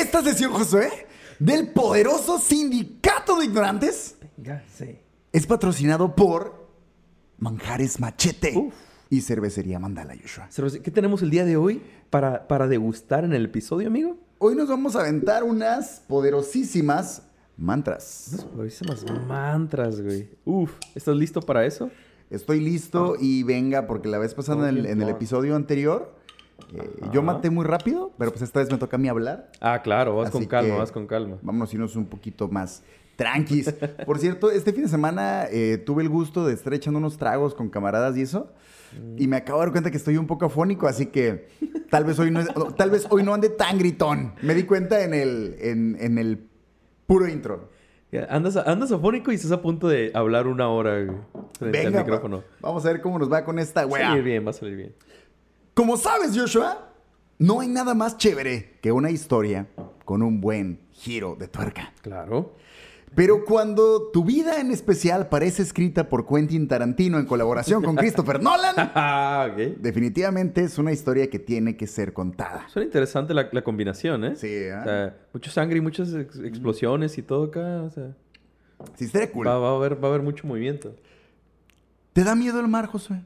Esta sesión, Josué, del poderoso Sindicato de Ignorantes, Venga, sí. es patrocinado por Manjares Machete y Cervecería Mandala, Joshua. ¿Qué tenemos el día de hoy para degustar en el episodio, amigo? Hoy nos vamos a aventar unas poderosísimas mantras. Unas poderosísimas mantras, güey. ¿Estás listo para eso? Estoy listo y venga, porque la vez pasada en el episodio anterior, yo maté muy rápido, pero pues esta vez me toca a mí hablar. Ah, claro, vas Así con calma. Vámonos a irnos un poquito más tranquis. Por cierto, este fin de semana tuve el gusto de estar echando unos tragos con camaradas y eso. Y me acabo de dar cuenta que estoy un poco afónico, así que tal vez hoy no ande tan gritón. Me di cuenta en el puro intro. Andas afónico y estás a punto de hablar 1 hora, güey, frente al micrófono. Vamos a ver cómo nos va con esta Va a salir bien. Como sabes, Joshua, no hay nada más chévere que una historia con un buen giro de tuerca. Claro. Pero cuando tu vida en especial parece escrita por Quentin Tarantino en colaboración con Christopher Nolan, Okay. Definitivamente es una historia que tiene que ser contada. Suena interesante la combinación, ¿eh? Sí, ¿eh? O sea, mucha sangre y muchas explosiones y todo acá. O sea, Sí, estaría cool. va a haber mucho movimiento. ¿Te da miedo el mar, Josué?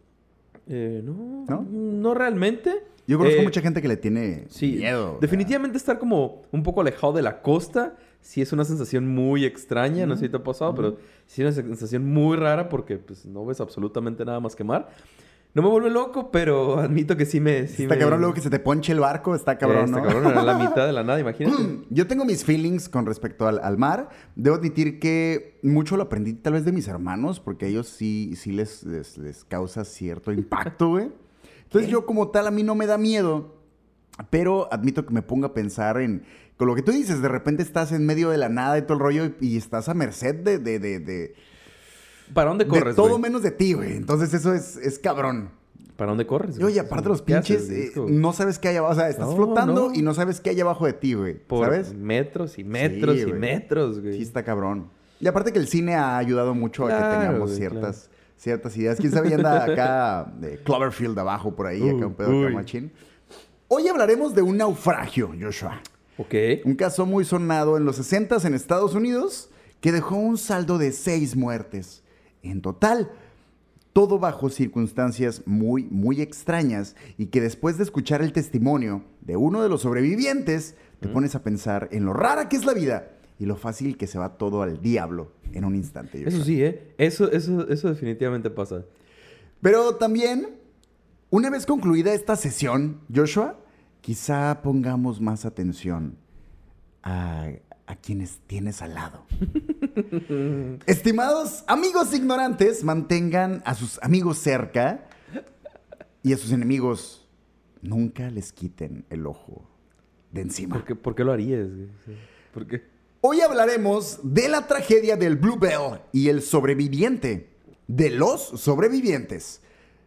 No realmente. Yo conozco mucha gente que le tiene miedo. Definitivamente estar como un poco alejado de la costa sí es una sensación muy extraña. No sé si te ha pasado, pero sí es una sensación muy rara porque pues, no ves absolutamente nada más que mar. No me vuelve loco, pero admito que sí me... Cabrón luego que se te ponche el barco. Está cabrón, ¿no? Está cabrón, era la mitad de la nada, imagínate. Yo tengo mis feelings con respecto al mar. Debo admitir que mucho lo aprendí tal vez de mis hermanos, porque a ellos sí les causa cierto impacto, güey. Entonces yo como tal a mí no me da miedo, pero admito que me pongo a pensar con lo que tú dices. De repente estás en medio de la nada y todo el rollo y estás a merced de ¿Para dónde corres, de todo güey? menos de ti, güey. Entonces eso es cabrón. ¿Para dónde corres? Y oye, aparte los pinches, no sabes qué hay abajo. O sea, estás flotando y no sabes qué hay abajo de ti, güey. ¿Sabes? Metros y metros y metros, güey. Sí, está cabrón. Y aparte que el cine ha ayudado mucho a que tengamos ciertas ideas. ¿Quién sabe? Ya anda acá de Cloverfield abajo por ahí, acá un pedo acá machín. Hoy hablaremos de un naufragio, Joshua. Ok. Un caso muy sonado en los 60s en Estados Unidos que dejó un saldo de 6 muertes. En total, todo bajo circunstancias muy, muy extrañas y que después de escuchar el testimonio de uno de los sobrevivientes, te pones a pensar en lo rara que es la vida y lo fácil que se va todo al diablo en un instante. Joshua. Eso sí, ¿eh? Eso definitivamente pasa. Pero también, una vez concluida esta sesión, Joshua, quizá pongamos más atención a quienes tienes al lado. Estimados amigos ignorantes, mantengan a sus amigos cerca y a sus enemigos nunca les quiten el ojo de encima. ¿Por qué lo harías? ¿Por qué? Hoy hablaremos de la tragedia del Blue Bell y el sobreviviente, de los sobrevivientes.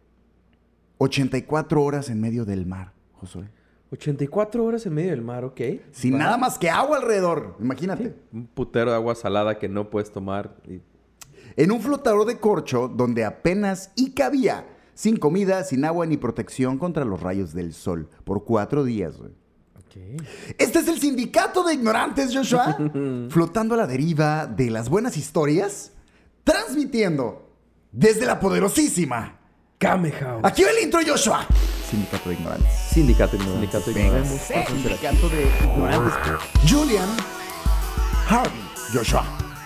84 horas en medio del mar, Josué. 84 horas en medio del mar, ok. Sin nada más que agua alrededor, imagínate. Sí, un putero de agua salada que no puedes tomar. En un flotador de corcho donde apenas y cabía, sin comida, sin agua ni protección contra los rayos del sol, por 4 días, güey. Okay. Este es el Sindicato de Ignorantes, Joshua, flotando a la deriva de las buenas historias, transmitiendo desde la poderosísima Kame House. Aquí va el intro, Joshua. Sindicato de Ignorantes. Sindicato de Ignorantes. Sindicato de Ignorantes. Julian Harvey, Joshua.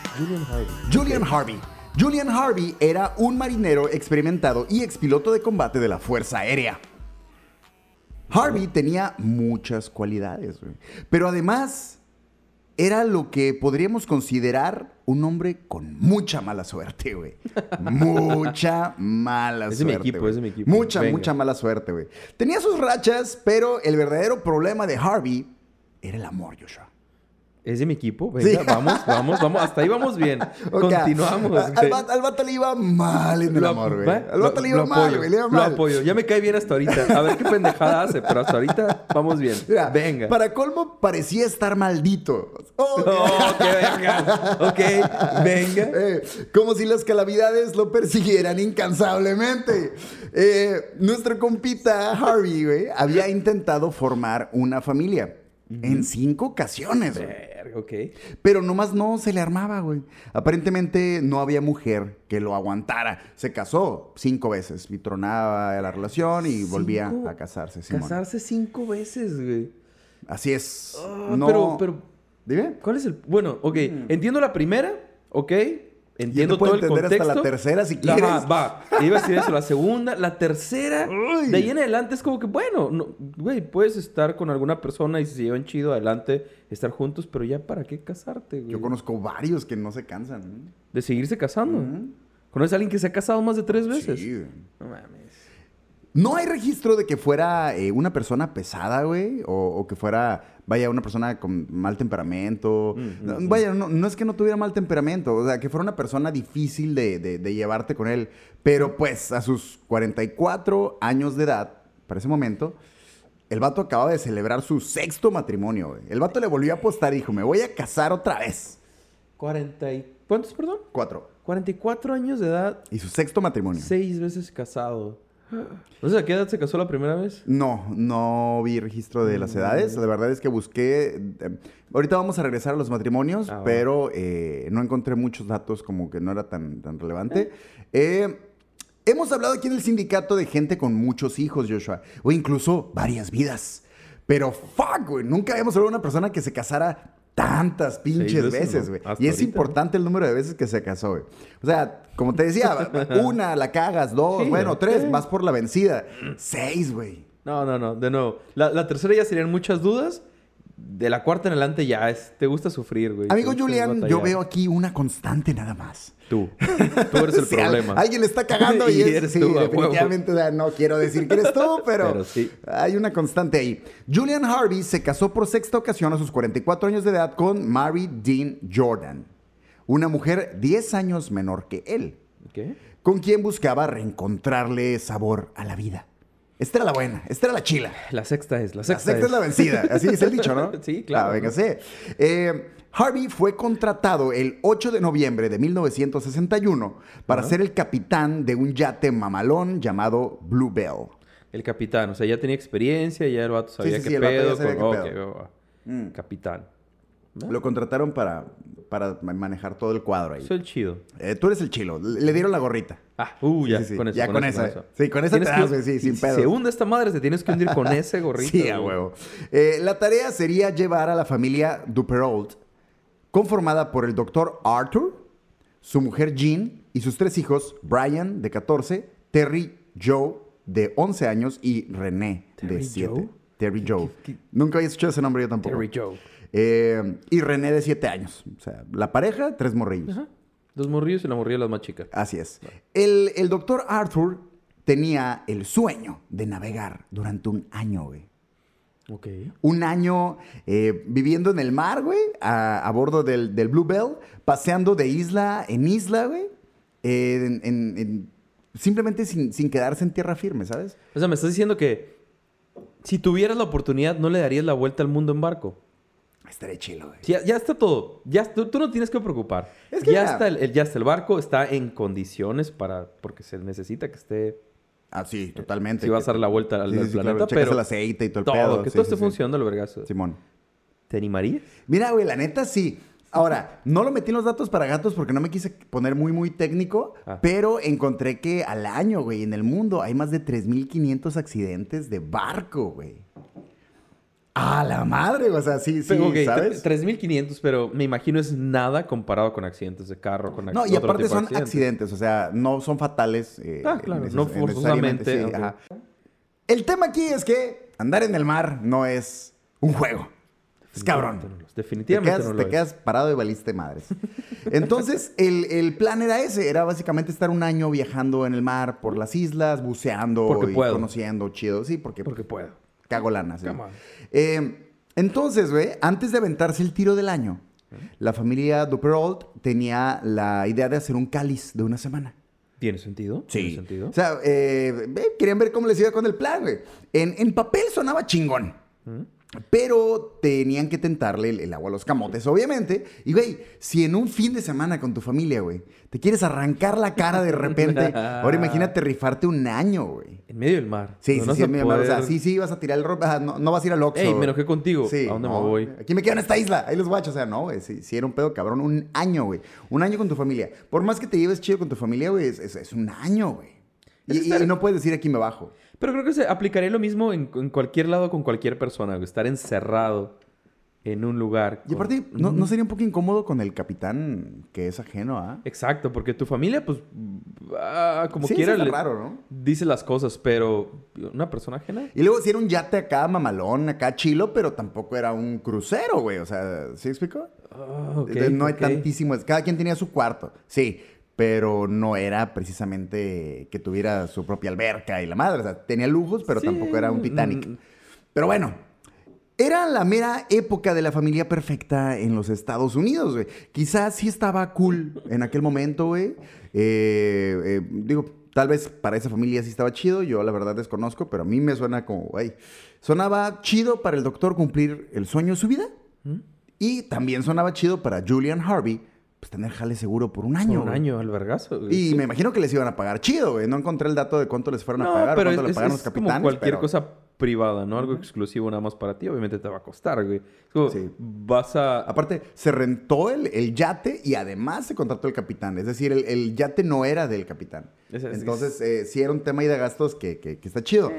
Julian Harvey era un marinero experimentado y expiloto de combate de la Fuerza Aérea. Harvey tenía muchas cualidades, güey. Pero además era lo que podríamos considerar un hombre con mucha mala suerte, güey. Mucha mala suerte. Es de mi equipo. Mucha mala suerte, güey. Tenía sus rachas, pero el verdadero problema de Harvey era el amor, Joshua. ¿Es de mi equipo? Venga, sí. vamos. Hasta ahí vamos bien. Okay. Continuamos. Al vato le iba mal en el amor, güey. Al vato le iba mal, güey. Lo apoyo. Ya me cae bien hasta ahorita. A ver qué pendejada hace, pero hasta ahorita vamos bien. Mira, venga. Para colmo, parecía estar maldito. Ok, venga. Como si las calamidades lo persiguieran incansablemente. Nuestro compita Harvey, güey, había intentado formar una familia. En 5 ocasiones, güey. Verga, ok. Pero nomás no se le armaba, güey. Aparentemente no había mujer que lo aguantara. Se casó 5 veces y tronaba la relación y volvía a casarse, Simón. Casarse 5 veces, güey. Así es. Ah, no... pero... Dime. ¿Cuál es el...? Bueno, ok. Entiendo la primera, ok. Entiendo Yo te puedo todo el entender contexto. hasta la tercera si quieres. Ajá, va. Iba a decir eso. La segunda, la tercera. Uy. De ahí en adelante es como que, bueno, no, güey, puedes estar con alguna persona y si se llevan chido adelante, estar juntos, pero ya para qué casarte, güey. Yo conozco varios que no se cansan. De seguirse casando. Ujú. ¿Conoces a alguien que se ha casado más de 3 veces? Sí, güey. No mames. No hay registro de que fuera una persona pesada, güey, o que fuera, vaya, una persona con mal temperamento. Vaya, no es que no tuviera mal temperamento, o sea, que fuera una persona difícil de llevarte con él. Pero pues a sus 44 años de edad, para ese momento, el vato acababa de celebrar su 6º matrimonio, güey. El vato le volvió a apostar y dijo, me voy a casar otra vez. ¿Cuántos, perdón? 4. 44 años de edad, Y su 6º matrimonio. 6 veces casado. No sé, ¿a qué edad se casó la primera vez? No vi registro de las edades. La verdad es que busqué. Ahorita vamos a regresar a los matrimonios, pero no encontré muchos datos, como que no era tan relevante. Hemos hablado aquí en el sindicato de gente con muchos hijos, Joshua, o incluso varias vidas. Pero fuck, güey, nunca habíamos hablado de una persona que se casara tantas pinches veces, güey. Hasta Y es ahorita, importante el número de veces que se casó, güey. O sea, como te decía, 1 la cagas, 2, Sí, bueno, 3, sí. vas por la vencida. 6, güey. No, de nuevo. La tercera ya serían muchas dudas. De la cuarta en adelante ya es... Te gusta sufrir, güey. Amigo Te gusta Julián, batallar. yo veo aquí una constante nada más. Tú eres el Sí, problema. Alguien le está cagando y, Y es, eres sí, tú, a definitivamente, o sea, no quiero decir que eres tú, pero sí. hay una constante ahí. Julian Harvey se casó por 6ª ocasión a sus 44 años de edad con Mary Dean Jordan, una mujer 10 años menor que él, ¿Qué? con quien buscaba reencontrarle sabor a la vida. Esta era la buena, esta era la chila. La sexta es. La sexta es la vencida, así dice el dicho, ¿no? Sí, claro. Ah, véngase. Harvey fue contratado el 8 de noviembre de 1961 para ser el capitán de un yate mamalón llamado Bluebell. El capitán. O sea, ya tenía experiencia, ya el vato sabía Sí, qué el vato ya pedo. sabía qué Ok, pedo. va. Capitán. Lo contrataron para manejar todo el cuadro ahí. Soy el chido. Tú eres el chilo. Le dieron la gorrita. Ya. Sí, sí. Con eso. Ya con esa. Sí, con esa te Tienes das, que- güey, sí, sin si pedos. se hunde esta madre, te tienes que hundir con ese gorrito. Sí, a güey. huevo. La tarea sería llevar a la familia Duperrault, conformada por el doctor Arthur, su mujer Jean y sus 3 hijos, Brian, de 14, Terry Joe, de 11 años, y René, de ¿Terry 7. Joe? Terry Joe. Nunca había escuchado ese nombre yo tampoco. Terry Joe. Y René, de 7 años. O sea, la pareja, 3 morrillos. Ajá. 2 morrillos y la morrilla las más chicas. Así es. El doctor Arthur tenía el sueño de navegar durante un año, güey. Ok. Un año viviendo en el mar, güey, a bordo del Bluebell, paseando de isla en isla, güey, simplemente sin quedarse en tierra firme, ¿sabes? O sea, me estás diciendo que si tuvieras la oportunidad, ¿no le darías la vuelta al mundo en barco? Estaría chilo, güey. Sí, ya está todo. Tú no tienes que preocupar. Es que ya mira- está ya está el barco, está en condiciones porque se necesita que esté... Ah, sí, totalmente. Si vas a dar la vuelta al Sí, sí, sí, planeta, claro, checas pero el aceite y todo el todo, pedo. que Sí, todo sí, esté sí. funcionando el vergazo. Simón. ¿Te animarías? Mira, güey, la neta sí. Ahora, no lo metí en los datos para gatos porque no me quise poner muy técnico, pero encontré que al año, güey, en el mundo hay más de 3,500 accidentes de barco, güey. ¡A la madre! O sea, sí, Pero, ok, ¿sabes? 3,500, pero me imagino es nada comparado con accidentes de carro, con No, y otro aparte tipo de son accidentes, o sea, no son fatales. Claro, no forzosamente. necesariamente, sí, Ok. ajá. El tema aquí es que andar en el mar no es un juego. Es cabrón. Definitivamente no lo Te es. quedas parado y valiste madres. Entonces, el plan era ese. Era básicamente estar un año viajando en el mar por las islas, buceando Porque y puedo. conociendo chido. Sí, porque puedo. cago lana. ¿sí? Come on. Entonces, güey, antes de aventarse el tiro del año, la familia Duperrault tenía la idea de hacer un cáliz de una semana. ¿Tiene sentido? ¿Tiene sentido? O sea, querían ver cómo les iba con el plan, güey. En papel sonaba chingón. Pero tenían que tentarle el agua a los camotes, obviamente. Y, güey, si en un fin de semana con tu familia, güey, te quieres arrancar la cara de repente, ahora imagínate rifarte un año, güey. En medio del mar. Sí, No, sí, no sí, se en medio del mar. O sea, puede- sí, vas a tirar el ropa, no vas a ir al Oxxo. Ey, me enojé contigo. Sí, ¿A dónde no, me voy? Aquí me quedo en esta isla, ahí los guachos. O sea, no, güey, sí era un pedo cabrón. Un año, güey. Un año con tu familia. Por más que te lleves chido con tu familia, güey, es un año, güey. Y no puedes decir aquí me bajo. Pero creo que se aplicaría lo mismo en cualquier lado con cualquier persona, güey. Estar encerrado en un lugar. Y aparte, ¿no sería un poco incómodo con el capitán que es ajeno a...? Exacto, porque tu familia, pues, como Sí, quiera, está raro, ¿no? dice las cosas, pero una persona ajena. Y luego si era un yate acá mamalón, acá chilo, pero tampoco era un crucero, güey. O sea, ¿sí explicó? Ah, ok, No hay ok. tantísimo... Cada quien tenía su cuarto, sí. Pero no era precisamente que tuviera su propia alberca y la madre. O sea, tenía lujos, pero Sí, tampoco era un Titanic. mm. Pero bueno, era la mera época de la familia perfecta en los Estados Unidos, güey. Quizás sí estaba cool en aquel momento, güey. Digo, tal vez para esa familia sí estaba chido. Yo la verdad desconozco, pero a mí me suena como, güey. Sonaba chido para el doctor cumplir el sueño de su vida. Y también sonaba chido para Julian Harvey, pues tener jale seguro por un año. Por un güey. año al vergazo, güey. Y Sí. me imagino que les iban a pagar chido, güey. No encontré el dato de cuánto les fueron a No, pagar o pero cuánto le es pagaron los como capitanes. cualquier pero- cosa privada, ¿no? Algo exclusivo nada más para ti, obviamente te va a costar, güey. Es como, Sí. vas a... Aparte, se rentó el yate y además se contrató el capitán. Es decir, el yate no era del capitán. Entonces, sí era un tema ahí de gastos que está chido.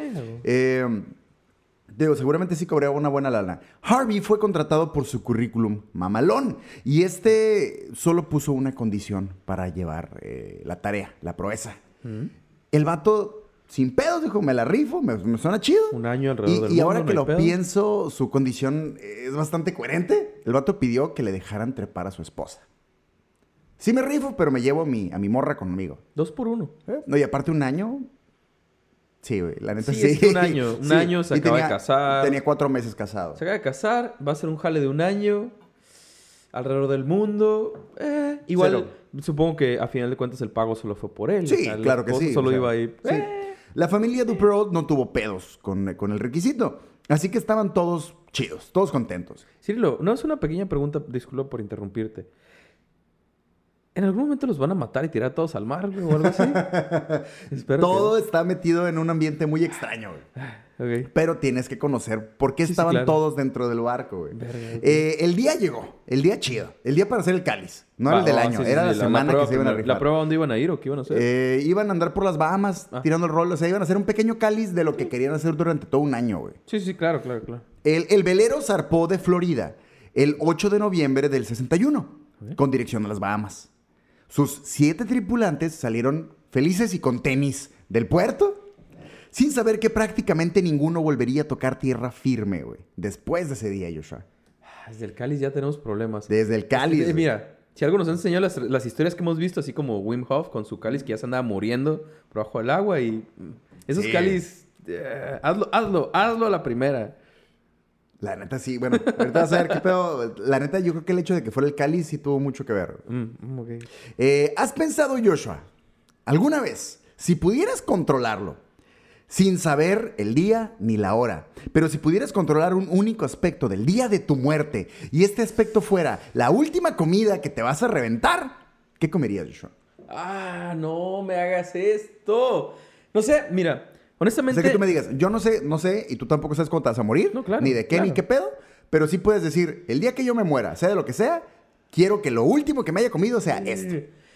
Digo, seguramente sí cobraba una buena lana. Harvey fue contratado por su currículum mamalón. Y solo puso una condición para llevar la tarea, la proeza. El vato, sin pedos, dijo, me la rifo, me suena chido. Un año alrededor del Y mundo, ahora no que hay lo pedo. pienso, su condición es bastante coherente. El vato pidió que le dejaran trepar a su esposa. Sí me rifo, pero me llevo a mi morra conmigo. 2 por 1. No, y aparte un año... Sí, güey, la neta Sí, sí. es que un año se Y acaba de casar. Tenía 4 meses casado. Se acaba de casar, va a ser un jale de un año, alrededor del mundo. Igual, supongo que a final de cuentas el pago solo fue por él. Sí, O sea, la claro que esposa sí. Solo o sea, iba ahí. sí. La familia Duperrault no tuvo pedos con el requisito. Así que estaban todos chidos, todos contentos. Cirilo, no es una pequeña pregunta, disculpa por interrumpirte. ¿En algún momento los van a matar y tirar a todos al mar, güey, o algo así? Espero Todo está metido en un ambiente muy extraño, güey. Ok. Pero tienes que conocer por qué Sí, sí, estaban claro. todos dentro del barco, güey. Verga, ok. El día llegó, el día chido, el día para hacer el cáliz. No era el del año, sí, sí, era sí, la semana prueba que se iban a primero. rifar. ¿La prueba dónde iban a ir o qué iban a hacer? Iban a andar por las Bahamas tirando el rol. O sea, iban a hacer un pequeño cáliz de lo que querían hacer durante todo un año, güey. Sí, sí, claro. El velero zarpó de Florida el 8 de noviembre del 61, con dirección a las Bahamas. Sus 7 tripulantes salieron felices y con tenis del puerto, sin saber que prácticamente ninguno volvería a tocar tierra firme, güey. Después de ese día, Joshua. Desde el cáliz ya tenemos problemas. Desde el cáliz. güey. Mira, si algo nos han enseñado las historias que hemos visto, así como Wim Hof con su cáliz que ya se andaba muriendo por bajo del agua y esos Sí. cáliz, hazlo a la primera. La neta, sí. Bueno, ahorita vas a ver qué pedo. La neta, yo creo que el hecho de que fuera el cáliz sí tuvo mucho que ver. Ok. ¿Has pensado, Joshua, alguna vez, si pudieras controlarlo, sin saber el día ni la hora, pero si pudieras controlar un único aspecto del día de tu muerte y este aspecto fuera la última comida que te vas a reventar, ¿qué comerías, Joshua? No me hagas esto. No sé, mira, O honestamente... sea, que tú me digas, yo no sé, y tú tampoco sabes cuándo te vas a morir, No, claro, ni de qué, claro. ni qué pedo, pero sí puedes decir, el día que yo me muera, sea de lo que sea, quiero que lo último que me haya comido sea esto.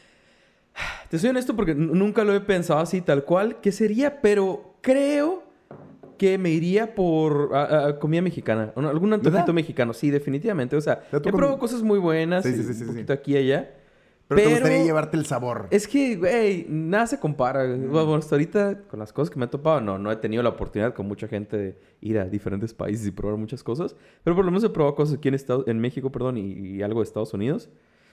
Te soy honesto porque nunca lo he pensado así tal cual. ¿Qué sería? Pero creo que me iría por comida mexicana. O no, algún antojito ¿Verdad? mexicano. Sí, definitivamente. O sea, sea, he tú probado cosas muy buenas. Sí, y sí, sí, sí, un sí. poquito aquí y allá. Pero te gustaría llevarte el sabor. Es que, güey, nada se compara. Bueno, hasta ahorita, con las cosas que me he topado, no he tenido la oportunidad con mucha gente de ir a diferentes países y probar muchas cosas. Pero por lo menos he probado cosas aquí en México, perdón, y algo de Estados Unidos.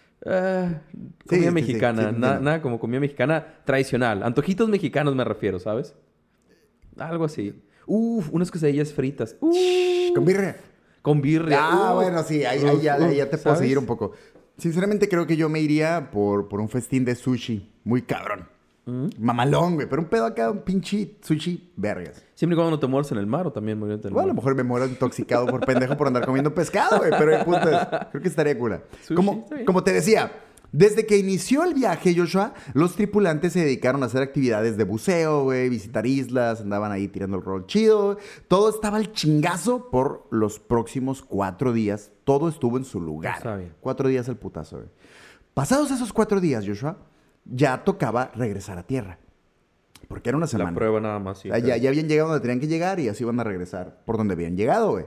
Comida mexicana. sí, Nada como comida mexicana tradicional. Antojitos mexicanos me refiero, ¿sabes? Algo así. Unas quesadillas fritas. Con birria. Con birria. Bueno, sí, ahí ya te puedo ¿sabes? seguir un poco. Sinceramente creo que yo me iría por un festín de sushi muy cabrón. Mamalón, güey. Pero un pedo acá, un pinche sushi, vergas. Siempre y cuando no te mueres en el mar o también morirte en el Bueno, a lo mar. mejor me muero intoxicado por pendejo por andar comiendo pescado, güey. Pero el punto es, creo que estaría cool. Sushi, está bien. Como te decía, desde que inició el viaje, Joshua, los tripulantes se dedicaron a hacer actividades de buceo, güey, visitar islas, andaban ahí tirando el rol chido. Todo estaba al chingazo por los próximos 4 días. Todo estuvo en su lugar. Está bien. 4 días el putazo, güey. Pasados esos 4 días, Joshua, ya tocaba regresar a tierra. Porque era una semana. La prueba nada más, sí. O sea, ya habían llegado donde tenían que llegar y así iban a regresar por donde habían llegado, güey.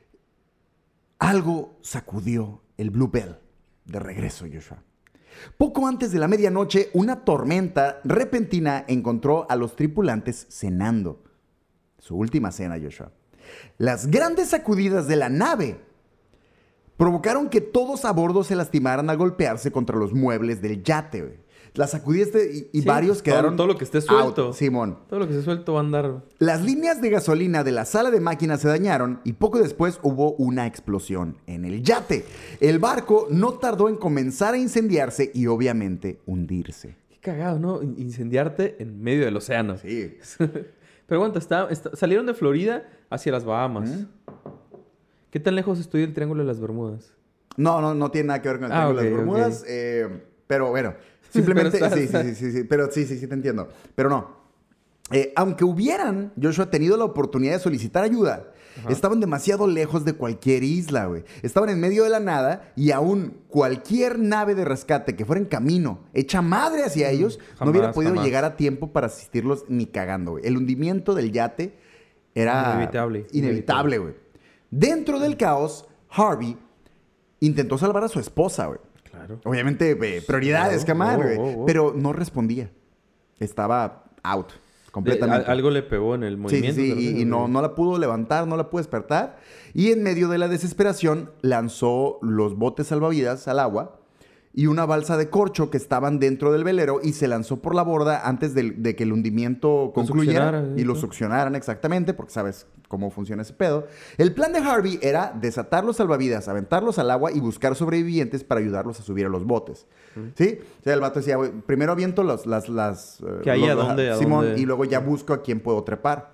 Algo sacudió el Blue Bell de regreso, Joshua. Poco antes de la medianoche, una tormenta repentina encontró a los tripulantes cenando. Su última cena, Joshua. Las grandes sacudidas de la nave provocaron que todos a bordo se lastimaran al golpearse contra los muebles del yate, güey. Las sacudidas y Sí, varios quedaron todo lo que esté suelto. out, Simón. Todo lo que esté suelto va a andar... Las líneas de gasolina de la sala de máquinas se dañaron y poco después hubo una explosión en el yate. El barco no tardó en comenzar a incendiarse y obviamente hundirse. Qué cagado, ¿no? Incendiarte en medio del océano. Sí. Pero aguanta, salieron de Florida hacia las Bahamas. ¿Qué tan lejos estoy del Triángulo de las Bermudas? No tiene nada que ver con el Triángulo de las ok, Bermudas. Pero bueno, simplemente... Pero sí. Pero sí, te entiendo. Pero no. Aunque hubieran, Joshua, tenido la oportunidad de solicitar ayuda, estaban demasiado lejos de cualquier isla, güey. Estaban en medio de la nada y aún cualquier nave de rescate que fuera en camino, hecha madre hacia ellos, no hubiera podido llegar a tiempo para asistirlos ni cagando, güey. El hundimiento del yate era inevitable, güey. Dentro del caos, Harvey intentó salvar a su esposa, güey. Claro. Obviamente, prioridades, camar, güey. Pero no respondía. Estaba out. Completamente. Algo le pegó en el movimiento. Sí, y no la pudo levantar, no la pudo despertar. Y en medio de la desesperación lanzó los botes salvavidas al agua y una balsa de corcho que estaban dentro del velero y se lanzó por la borda antes de que el hundimiento concluyera y lo succionaran exactamente, porque sabes cómo funciona ese pedo. El plan de Harvey era desatar los salvavidas, aventarlos al agua y buscar sobrevivientes para ayudarlos a subir a los botes. ¿Sí? O sea, el vato decía, güey, primero aviento ¿Que ahí a dónde? Simón, y luego ya busco a quién puedo trepar.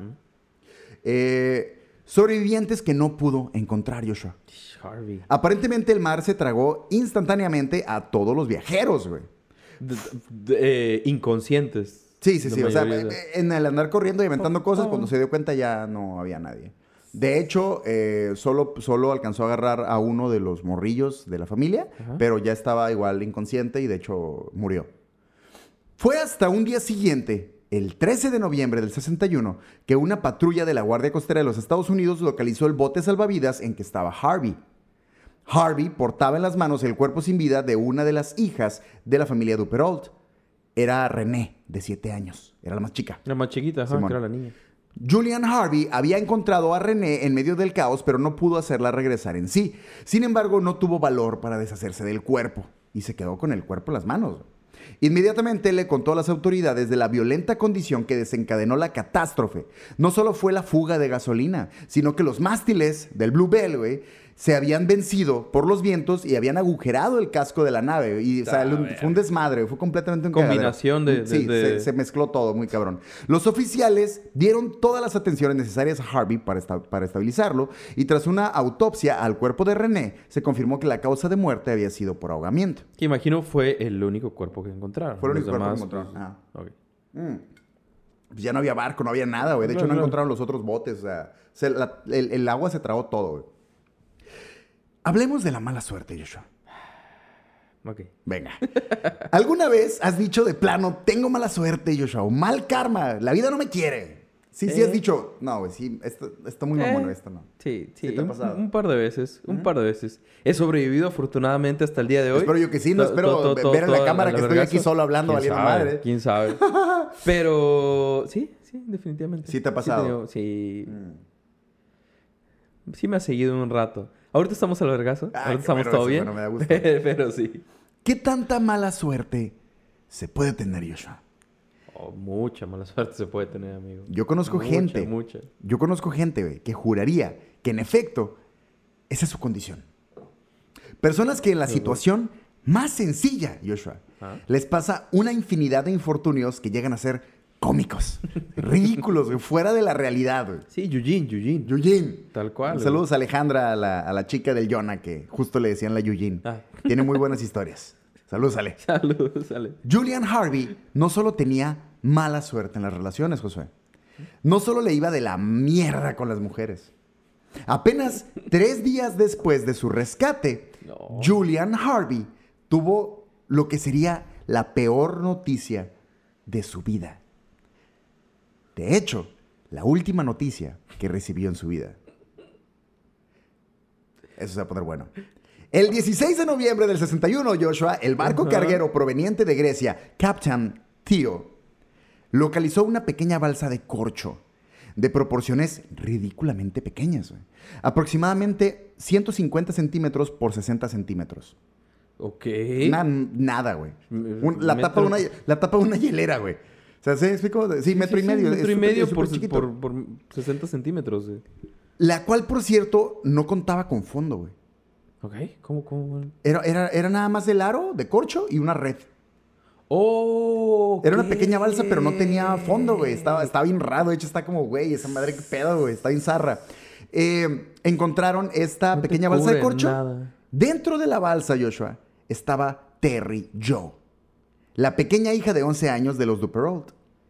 Sobrevivientes que no pudo encontrar, Joshua. Harvey. Aparentemente el mar se tragó instantáneamente a todos los viajeros, güey. Inconscientes. Sí. O sea, en el andar corriendo y aventando cosas, cuando se dio cuenta ya no había nadie. De hecho, solo alcanzó a agarrar a uno de los morrillos de la familia, pero ya estaba igual inconsciente y de hecho murió. Fue hasta un día siguiente, el 13 de noviembre del 61, que una patrulla de la Guardia Costera de los Estados Unidos localizó el bote salvavidas en que estaba Harvey. Harvey portaba en las manos el cuerpo sin vida de una de las hijas de la familia Duperrault. Era René, de 7 años. Era la más chica. La más chiquita, que era la niña. Julian Harvey había encontrado a René en medio del caos, pero no pudo hacerla regresar en sí. Sin embargo, no tuvo valor para deshacerse del cuerpo y se quedó con el cuerpo en las manos. Inmediatamente le contó a las autoridades de la violenta condición que desencadenó la catástrofe. No solo fue la fuga de gasolina, sino que los mástiles del Blue Bell, güey, se habían vencido por los vientos y habían agujerado el casco de la nave. Y, o sea, fue un desmadre, fue completamente un combinación cagadero. Sí, se mezcló todo, muy cabrón. Los oficiales dieron todas las atenciones necesarias a Harvey para estabilizarlo y tras una autopsia al cuerpo de René, se confirmó que la causa de muerte había sido por ahogamiento. Que imagino fue el único cuerpo que encontraron. Fue el único cuerpo que encontraron. Okay. Pues ya no había barco, no había nada, güey. De hecho, no encontraron los otros botes. O sea, el agua se tragó todo, güey. Hablemos de la mala suerte, Joshua. Ok. Venga. ¿Alguna vez has dicho de plano, tengo mala suerte, Joshua? O mal karma, la vida no me quiere? Sí has dicho, no, güey, sí, esto muy mamón, esto no. Sí. ¿Te ha pasado? Un par de veces, He sobrevivido afortunadamente hasta el día de hoy. Espero yo que sí, no espero ver en la cámara que estoy aquí solo hablando valiendo madre. ¿Quién sabe? Pero sí, definitivamente. ¿Sí te ha pasado? Sí. Sí me ha seguido un rato. Ahorita estamos al vergazo. Ahorita estamos todo bien. Bueno, me da gusto. Pero sí. ¿Qué tanta mala suerte se puede tener, Joshua? Mucha mala suerte se puede tener, amigo. Yo conozco gente. Yo conozco gente, güey, que juraría que en efecto esa es su condición. Personas que en la situación más sencilla, Joshua. Les pasa una infinidad de infortunios que llegan a ser cómicos, ridículos, güey, fuera de la realidad, güey. Sí, Eugene. Eugene. Tal cual. Saludos a Alejandra, a la chica del Jonah, que justo le decían la Eugene. Tiene muy buenas historias. Saludos, Ale. Saludos, Ale. Julian Harvey no solo tenía mala suerte en las relaciones, Josué. No solo le iba de la mierda con las mujeres. Apenas 3 días después de su rescate, Julian Harvey tuvo lo que sería la peor noticia de su vida. De hecho, la última noticia que recibió en su vida. Eso se va a poner bueno. El 16 de noviembre del 61, Joshua, el barco carguero proveniente de Grecia, Captain Theo, localizó una pequeña balsa de corcho de proporciones ridículamente pequeñas. Aproximadamente 150 centímetros por 60 centímetros. Ok. Nada, güey. La tapa de una hielera, güey. O sea, ¿se explico? Sí, metro y medio. Metro y medio por 60 centímetros. La cual, por cierto, no contaba con fondo, güey. Ok. ¿Cómo? Era nada más el aro de corcho y una red. Oh, Era una pequeña balsa, pero no tenía fondo, güey. Estaba bien raro. De hecho, está como, güey, esa madre qué pedo, güey. Está bien zarra. Encontraron esta pequeña balsa de corcho. Nada. Dentro de la balsa, Joshua, estaba Terry Joe, la pequeña hija de 11 años de los Duperrault.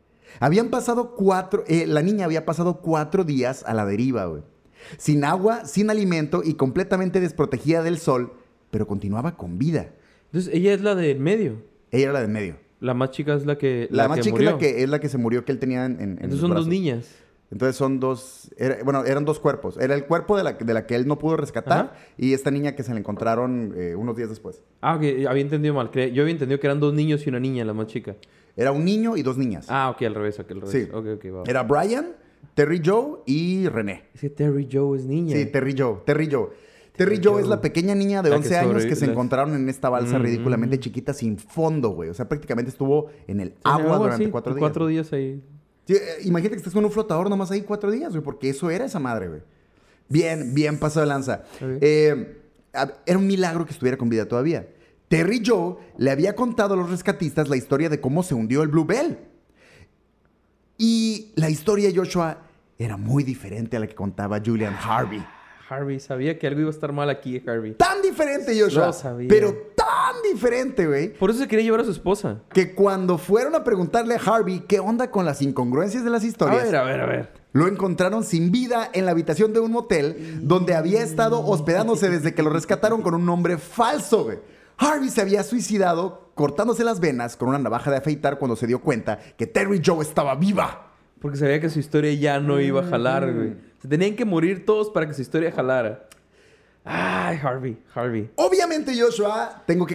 La niña había pasado 4 días a la deriva, güey. Sin agua, sin alimento y completamente desprotegida del sol, pero continuaba con vida. Entonces, ella es la del medio. Ella era la del medio. La más chica es la que La más chica murió. es la que se murió, que él tenía en Entonces los son brazos. 2 niñas. Entonces son 2... eran 2 cuerpos. Era el cuerpo de la que él no pudo rescatar y esta niña que se la encontraron unos días después. Ah, ok. Había entendido mal. Yo había entendido que eran 2 niños y una niña, la más chica. Era un niño y 2 niñas. Ah, ok. Al revés. Sí. Ok, va. Era Brian, Terry Joe y René. Es que Terry Joe es niña. Sí, Terry Joe. Terry Joe es la pequeña niña de 11 años que se encontraron en esta balsa ridículamente chiquita sin fondo, güey. O sea, prácticamente estuvo en el agua durante 4 días. 4 días ahí. Sí, imagínate que estás con un flotador nomás ahí 4 días, güey, porque eso era esa madre, güey. Bien pasado de lanza. Okay. Era un milagro que estuviera con vida todavía. Terry Joe le había contado a los rescatistas la historia de cómo se hundió el Blue Bell. Y la historia, Joshua, era muy diferente a la que contaba Julian Harvey. Harvey, sabía que algo iba a estar mal aquí, Harvey. Tan diferente, Joshua. Lo sabía. Pero tan diferente, güey. Por eso se quería llevar a su esposa. Que cuando fueron a preguntarle a Harvey qué onda con las incongruencias de las historias. A ver. Lo encontraron sin vida en la habitación de un motel donde había estado hospedándose desde que lo rescataron con un nombre falso, güey. Harvey se había suicidado cortándose las venas con una navaja de afeitar cuando se dio cuenta que Terry Joe estaba viva. Porque sabía que su historia ya no iba a jalar, güey. Se tenían que morir todos para que su historia jalara. Ay, Harvey. Obviamente, Joshua, tengo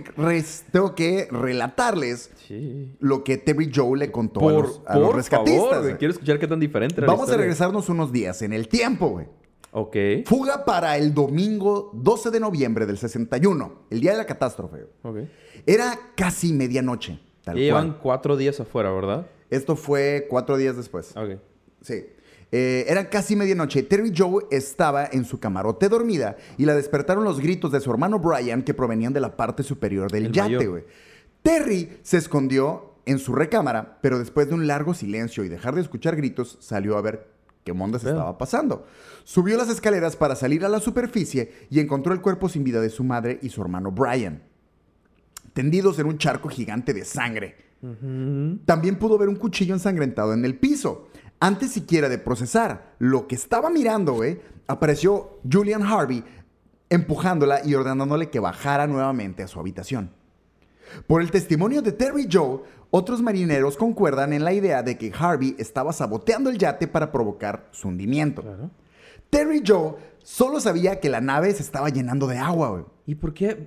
que relatarles lo que Terry Joe le contó a los rescatistas. Por favor, quiero escuchar qué tan diferente era Vamos a regresarnos unos días en el tiempo, güey. Ok. Fuga para el domingo 12 de noviembre del 61, el día de la catástrofe. Ok. Era casi medianoche, tal cual. Llevan 4 días afuera, ¿verdad? Esto fue 4 días después. Ok. Sí. Era casi medianoche. Terry Joe estaba en su camarote dormida y la despertaron los gritos de su hermano Brian que provenían de la parte superior del yate, güey. Terry se escondió en su recámara, pero después de un largo silencio y dejar de escuchar gritos, salió a ver qué mondas estaba pasando. Subió las escaleras para salir a la superficie y encontró el cuerpo sin vida de su madre y su hermano Brian, tendidos en un charco gigante de sangre. También pudo ver un cuchillo ensangrentado en el piso. Antes siquiera de procesar lo que estaba mirando, güey, apareció Julian Harvey empujándola y ordenándole que bajara nuevamente a su habitación. Por el testimonio de Terry Joe, otros marineros concuerdan en la idea de que Harvey estaba saboteando el yate para provocar su hundimiento. Claro. Terry Joe solo sabía que la nave se estaba llenando de agua, güey. ¿Y por qué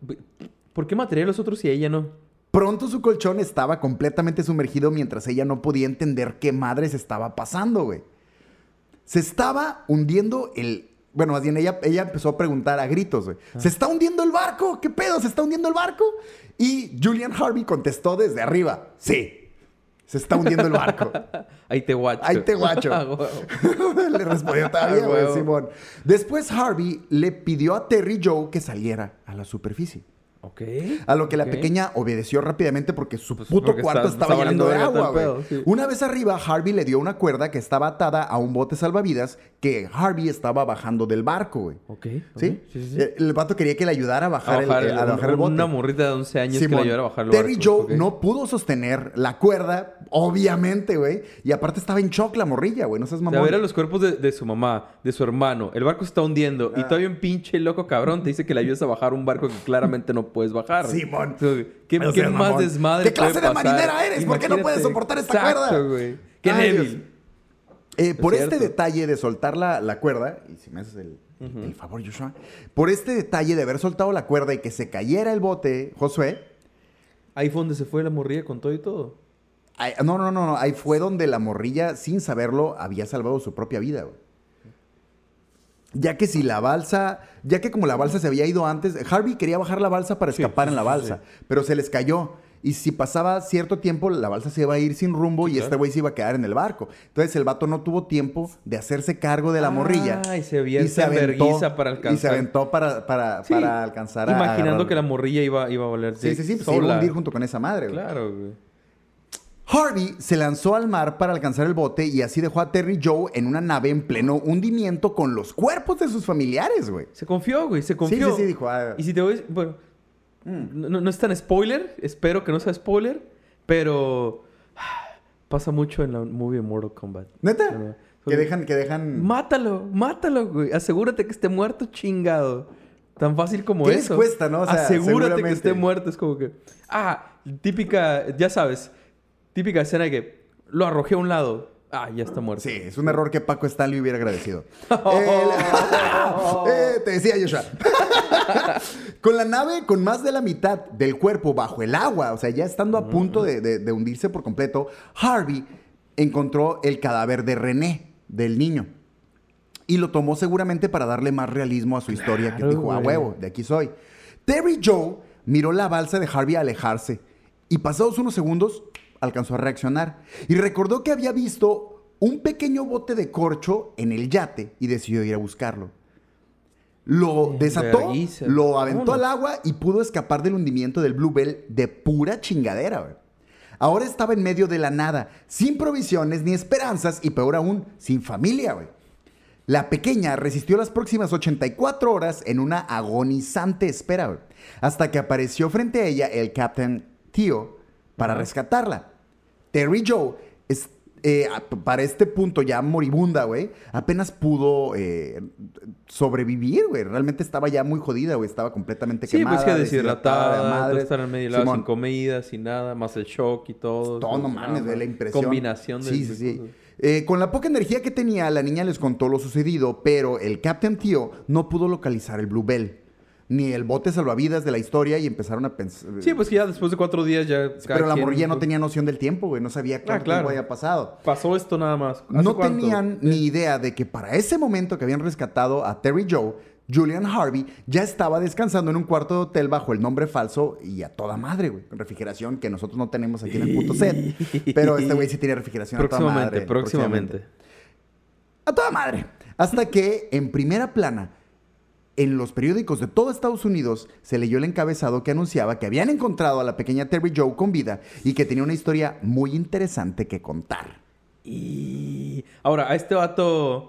material los otros y ella no? Pronto su colchón estaba completamente sumergido mientras ella no podía entender qué madres estaba pasando, güey. Se estaba hundiendo el... Bueno, más bien ella empezó a preguntar a gritos, güey. ¿Se está hundiendo el barco? ¿Qué pedo? ¿Se está hundiendo el barco? Y Julian Harvey contestó desde arriba. Sí, se está hundiendo el barco. Ahí te guacho. Le respondió todavía, güey, Simón. Después Harvey le pidió a Terry Joe que saliera a la superficie. Ok. A lo que la ok. pequeña obedeció rápidamente porque su Pues puto porque cuarto estaba llenando de valiendo verga agua, todo el güey. pedo, sí. Una vez arriba, Harvey le dio una cuerda que estaba atada a un bote salvavidas que Harvey estaba bajando del barco, güey. Ok. ¿Sí? Sí, sí. El vato quería que le ayudara a bajar, a bajar el bote. Una morrita de 11 años que Simón. le ayudara a bajar el Terry barco. Joe Ok. no pudo sostener la cuerda, obviamente, güey. Y aparte estaba en shock la morrilla, güey. No seas O sea, mamón. ver a los cuerpos de su mamá, de su hermano. El barco se está hundiendo. Y todavía un pinche loco cabrón te dice que le ayudes a bajar un barco que claramente no puedes bajar. Simón. ¿Qué No seas más mamón. desmadre ¿Qué clase puede de pasar? marinera eres? ¿Por qué no puedes Imagínate. soportar esta Exacto, cuerda? güey. Qué Ay, débil. Por Es este cierto. detalle de soltar la cuerda, y si me haces el favor, Joshua, por este detalle de haber soltado la cuerda y que se cayera el bote, Josué, Ahí fue donde se fue la morrilla con todo y todo. no, ahí fue donde la morrilla, sin saberlo, había salvado su propia vida, güey. Ya que como la balsa se había ido antes, Harvey quería bajar la balsa para Sí, escapar sí, en la sí, balsa, pero se les cayó. Y si pasaba cierto tiempo, la balsa se iba a ir sin rumbo Sí, y claro. este güey se iba a quedar en el barco. Entonces el vato no tuvo tiempo de hacerse cargo de la morrilla. Y se avienta en vergüenza para alcanzar. Y se aventó para Sí. alcanzar a Imaginando agarrar. que la morrilla iba a valer Sí, pues se iba a sola. hundir junto con esa madre, güey. Claro, güey. Harvey se lanzó al mar para alcanzar el bote y así dejó a Terry Joe en una nave en pleno hundimiento con los cuerpos de sus familiares, güey. Se confió, güey. Se confió. Sí, dijo. Y si te voy... Bueno, no es tan spoiler. Espero que no sea spoiler. Pero... Pasa mucho en la movie Mortal Kombat. ¿Neta? Bueno, Que dejan... Mátalo, güey. Asegúrate que esté muerto, chingado. Tan fácil como ¿Qué les eso. cuesta, no? O sea, Asegúrate que seguramente. esté muerto. Es como que... típica... Ya sabes. Típica escena de que... Lo arrojé a un lado. Ya está muerto. Sí, es un error que Paco Stanley hubiera agradecido. Te decía Joshua. Con la nave con más de la mitad del cuerpo bajo el agua, o sea, ya estando a punto de hundirse por completo, Harvey encontró el cadáver de René, del niño. Y lo tomó seguramente para darle más realismo a su historia, que Claro, dijo, a güey. huevo, de aquí soy. Terry Joe miró la balsa de Harvey alejarse y pasados unos segundos alcanzó a reaccionar y recordó que había visto un pequeño bote de corcho en el yate y decidió ir a buscarlo. Lo desató, Verguiza. lo aventó Vámonos. al agua y pudo escapar del hundimiento del Bluebell de pura chingadera, güey. Ahora estaba en medio de la nada, sin provisiones ni esperanzas y peor aún, sin familia, güey. La pequeña resistió las próximas 84 horas en una agonizante espera, güey, hasta que apareció frente a ella el Captain Theo para rescatarla. Terry Joe, para este punto ya moribunda, güey, apenas pudo sobrevivir, güey. Realmente estaba ya muy jodida, güey. Estaba completamente Sí, quemada, pues que deshidratada de deshidratada, madre. estar en medio lado Simón. sin comida, sin nada, más el shock y todo. Todo, no mames, güey, la impresión. Combinación de... Sí. Con la poca energía que tenía, la niña les contó lo sucedido, pero el Captain Theo no pudo localizar el Bluebell, ni el bote salvavidas de la historia y empezaron a pensar... Sí, pues que ya después de 4 días ya... Pero la morrilla no tenía noción del tiempo, güey. No sabía cuánto claro. tiempo había pasado. Pasó esto nada más. ¿Hace No cuánto? tenían ni idea de que para ese momento que habían rescatado a Terry Joe, Julian Harvey ya estaba descansando en un cuarto de hotel bajo el nombre falso y a toda madre, güey. Con refrigeración que nosotros no tenemos aquí en el puto set. Pero este güey sí tiene refrigeración a toda madre. Próximamente. A toda madre. Hasta que en primera plana, en los periódicos de todo Estados Unidos, se leyó el encabezado que anunciaba que habían encontrado a la pequeña Terry Joe con vida y que tenía una historia muy interesante que contar. Y... Ahora, a este vato...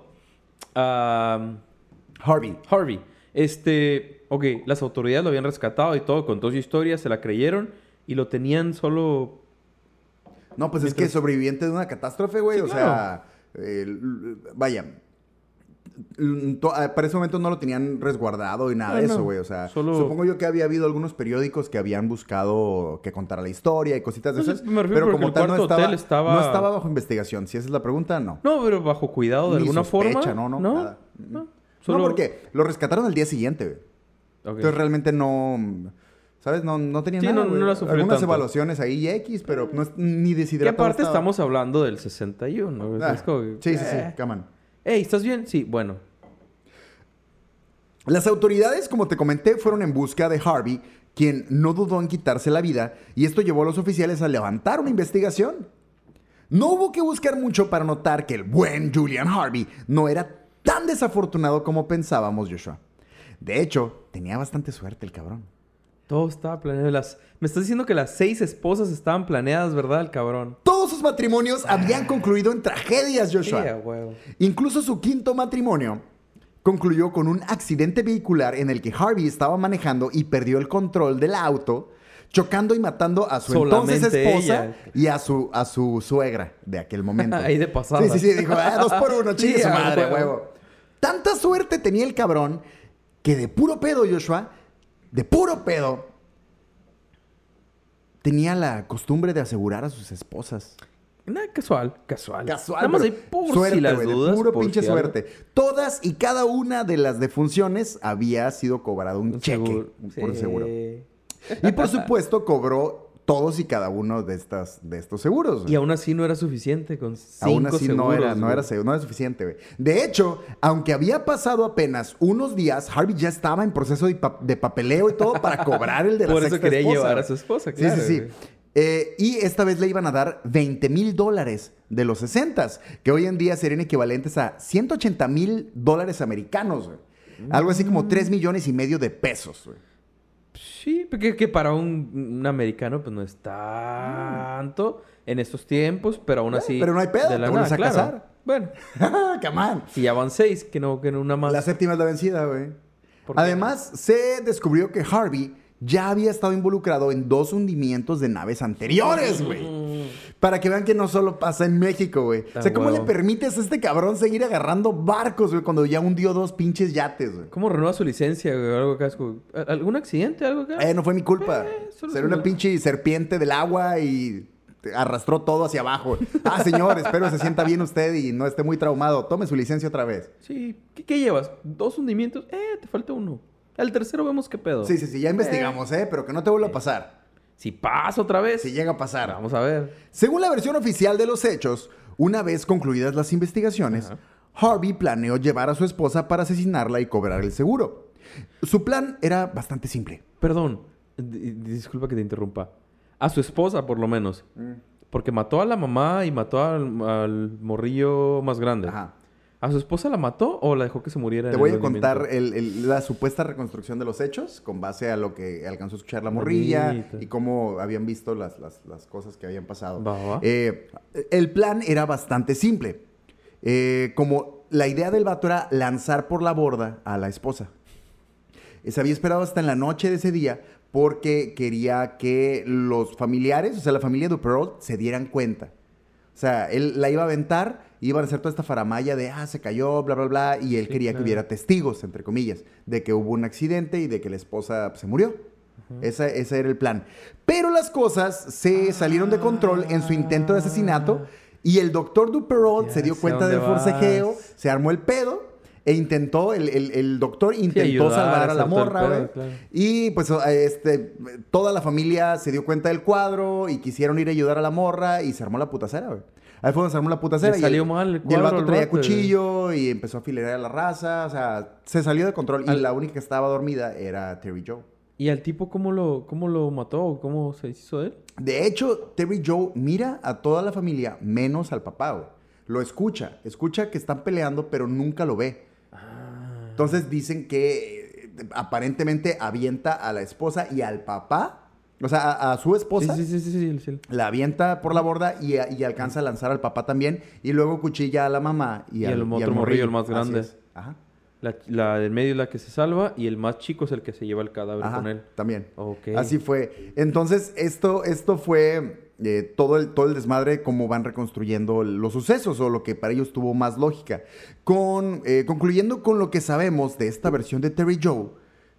Harvey. Ok, las autoridades lo habían rescatado y todo, contó su historia, se la creyeron y lo tenían solo... No, pues es que sobreviviente de una catástrofe, güey. Sí, o sea, vaya. Para ese momento no lo tenían resguardado y nada de eso, güey. O sea, supongo yo que había habido algunos periódicos que habían buscado que contara la historia y cositas de esas. Pero como tal no estaba bajo investigación. Si esa es la pregunta, no. No, pero bajo cuidado de Ni alguna sospecha, forma. No, nada. No, No, porque lo rescataron al día siguiente, güey. Ok. Entonces realmente no... ¿Sabes? No tenía Sí, nada, no güey. la sufrió Algunas tanto. evaluaciones ahí X, pero no es ni Que deshidratado aparte estaba. estamos hablando del 61. güey. Es como que, Sí, come on. Ey, ¿estás bien? Sí, bueno. Las autoridades, como te comenté, fueron en busca de Harvey, quien no dudó en quitarse la vida, y esto llevó a los oficiales a levantar una investigación. No hubo que buscar mucho para notar que el buen Julian Harvey no era tan desafortunado como pensábamos, Joshua. De hecho, tenía bastante suerte el cabrón. Todo estaba planeado. Me estás diciendo que las 6 esposas estaban planeadas, ¿verdad, el cabrón? Todos sus matrimonios habían concluido en tragedias, Joshua. Sí, a huevo. Incluso su quinto matrimonio concluyó con un accidente vehicular en el que Harvey estaba manejando y perdió el control del auto, chocando y matando a su entonces Solamente esposa ella. y a su suegra de aquel momento. Ahí de pasada. Sí, sí, sí. Dijo, 2 por 1, chingue Sí, su a madre, huevo. huevo. Tanta suerte tenía el cabrón que de puro pedo, Joshua, de puro pedo, tenía la costumbre de asegurar a sus esposas. Nada, casual. Casual. Nada más pero ahí por suerte, si las güey, dudas. de puro por pinche si algo. suerte. Todas y cada una de las defunciones había sido cobrado un cheque por Sí. seguro. Y por supuesto cobró todos y cada uno de estos seguros. güey. Y aún así no era suficiente con 5 Aún así seguros. no era suficiente, güey. De hecho, aunque había pasado apenas unos días, Harvey ya estaba en proceso de papeleo y todo para cobrar el de la Por eso sexta quería esposa, llevar a güey. su esposa, Sí, claro. sí, sí. güey. Y esta vez le iban a dar $20,000 de los 60s, que hoy en día serían equivalentes a $180,000 americanos, güey. Algo así como 3,5 millones de pesos, güey. Sí, porque que para un americano pues no es tanto en estos tiempos, pero aún así... pero no hay pedo, de la te vuelves nada, a claro. casar. Bueno, Come on. si ya van 6, que no una más. La séptima es la vencida, güey. ¿Por qué? Además, se descubrió que Harvey ya había estado involucrado en 2 hundimientos de naves anteriores, güey. Para que vean que no solo pasa en México, güey. O sea, ¿cómo le permites a este cabrón seguir agarrando barcos, güey, cuando ya hundió 2 pinches yates, güey? ¿Cómo renueva su licencia, güey? Algo acá. ¿Algún accidente? ¿Algo acá? No fue mi culpa. solo Será se una me- pinche serpiente del agua y arrastró todo hacia abajo. Ah, señor, espero se sienta bien usted y no esté muy traumado. Tome su licencia otra vez. Sí. ¿Qué llevas? 2 hundimientos. Te falta uno. Al tercero vemos qué pedo. Sí, sí, sí, ya investigamos, pero que no te vuelva a pasar. Si pasa otra vez. Si llega a pasar. Vamos a ver. Según la versión oficial de los hechos, una vez concluidas las investigaciones, Ajá. Harvey planeó llevar a su esposa para asesinarla y cobrar el seguro. Su plan era bastante simple. Perdón. Disculpa que te interrumpa. A su esposa, por lo menos. Porque mató a la mamá y mató al morrillo más grande. Ajá. ¿A su esposa la mató o la dejó que se muriera? Te en voy el a contar hundimiento? la supuesta reconstrucción de los hechos con base a lo que alcanzó a escuchar la morrilla Bonito. y cómo habían visto las cosas que habían pasado. Va, va. El plan era bastante simple. Como la idea del vato era lanzar por la borda a la esposa. Se había esperado hasta en la noche de ese día porque quería que los familiares, o sea, la familia Duperrault, se dieran cuenta. O sea, él la iba a aventar, iban a hacer toda esta faramalla de, se cayó, bla, bla, bla, y él Sí, quería claro. que hubiera testigos, entre comillas, de que hubo un accidente y de que la esposa se murió. Ese era el plan. Pero las cosas se salieron de control en su intento de asesinato y el doctor Duperrault Ya se dio sé cuenta a del dónde forcejeo, vas. se armó el pedo e intentó, el doctor intentó ayudar, salvar a la hacer todo el morra, pedo, güey. claro. Y pues toda la familia se dio cuenta del cuadro y quisieron ir a ayudar a la morra y se armó la putacera, güey. Ahí fue donde se armó la putacera. Le salió mal el y el cuadro vato al traía vato, güey. cuchillo y empezó a afilerar a la raza. O sea, se salió de control. Y la única que estaba dormida era Terry Joe. ¿Y al tipo cómo lo mató? ¿Cómo se hizo de él? De hecho, Terry Joe mira a toda la familia menos al papá, güey. Lo escucha que están peleando, pero nunca lo ve. Entonces dicen que aparentemente avienta a la esposa y al papá, o sea, a su esposa, Sí. la avienta por la borda y alcanza a lanzar al papá también. Y luego cuchilla a la mamá y al al otro morrillo, el más Así grande. es. Ajá. La del medio es la que se salva y el más chico es el que se lleva el cadáver Ajá, con él. también. Ok. Así fue. Entonces, esto fue todo el desmadre, cómo van reconstruyendo los sucesos o lo que para ellos tuvo más lógica. Concluyendo con lo que sabemos de esta versión de Terry Joe,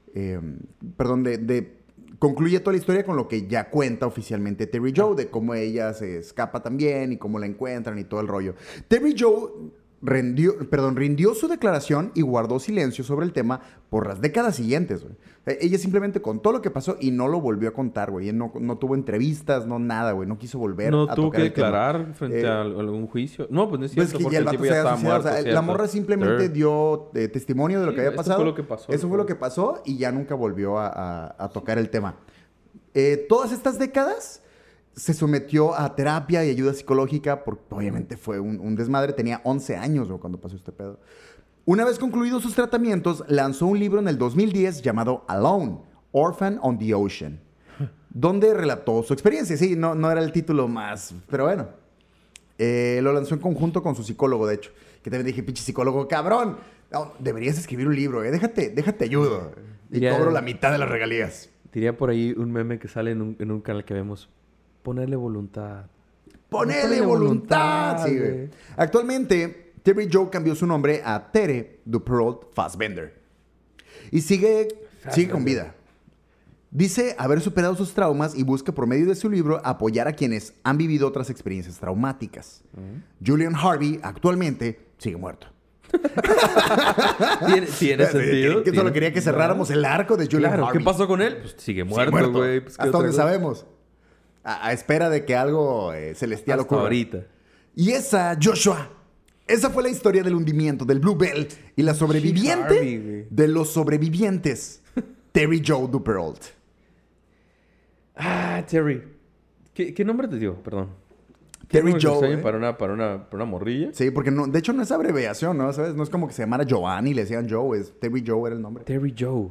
concluye toda la historia con lo que ya cuenta oficialmente Terry Joe, de cómo ella se escapa también y cómo la encuentran y todo el rollo. Terry Joe rindió su declaración y guardó silencio sobre el tema por las décadas siguientes, güey. Ella simplemente contó lo que pasó y no lo volvió a contar, güey. No tuvo entrevistas, no nada, güey. No quiso volver No a tuvo tocar que el tema. declarar frente a algún juicio. No, pues no es Pues cierto, que porque ya el el vato tipo se ya había estaba suicidado. muerto. O sea, la ¿cierto? morra simplemente Sí. dio testimonio de lo Sí, que había eso pasado. fue lo que pasó. Eso fue lo que pasó y ya nunca volvió a tocar el tema. Todas estas décadas se sometió a terapia y ayuda psicológica porque obviamente fue un desmadre. Tenía 11 años, güey, cuando pasó este pedo. Una vez concluidos sus tratamientos, lanzó un libro en el 2010 llamado Alone, Orphan on the Ocean, donde relató su experiencia. Sí, no era el título más, pero bueno. Lo lanzó en conjunto con su psicólogo, de hecho. Que también dije, pinche psicólogo, cabrón. No, deberías escribir un libro, Déjate ayudo. Y cobro la mitad de las regalías. Diría por ahí un meme que sale en un canal que vemos. Ponerle voluntad. ¡Ponerle voluntad! Sí, güey. Actualmente, Terry Joe cambió su nombre a Tere Duperrault Fassbender. Y sigue con vida. Dice haber superado sus traumas y busca por medio de su libro apoyar a quienes han vivido otras experiencias traumáticas. Julian Harvey actualmente sigue muerto. ¿Tiene sentido? Que solo quería que cerráramos el arco de Julian Harvey. ¿Qué pasó con él? Pues sigue muerto, güey. Pues, hasta donde sabemos. A espera de que algo celestial ocurra. Ahorita. Y Joshua, esa fue la historia del hundimiento del Blue Bell y la sobreviviente de los sobrevivientes, Terry Joe Duperrault. Terry. ¿Qué nombre te dio? Perdón. Terry Joe. Para una morrilla. Sí, porque de hecho no es abreviación, ¿no? ¿Sabes? No es como que se llamara Giovanni y le decían Joe. Terry Joe era el nombre. Terry Joe.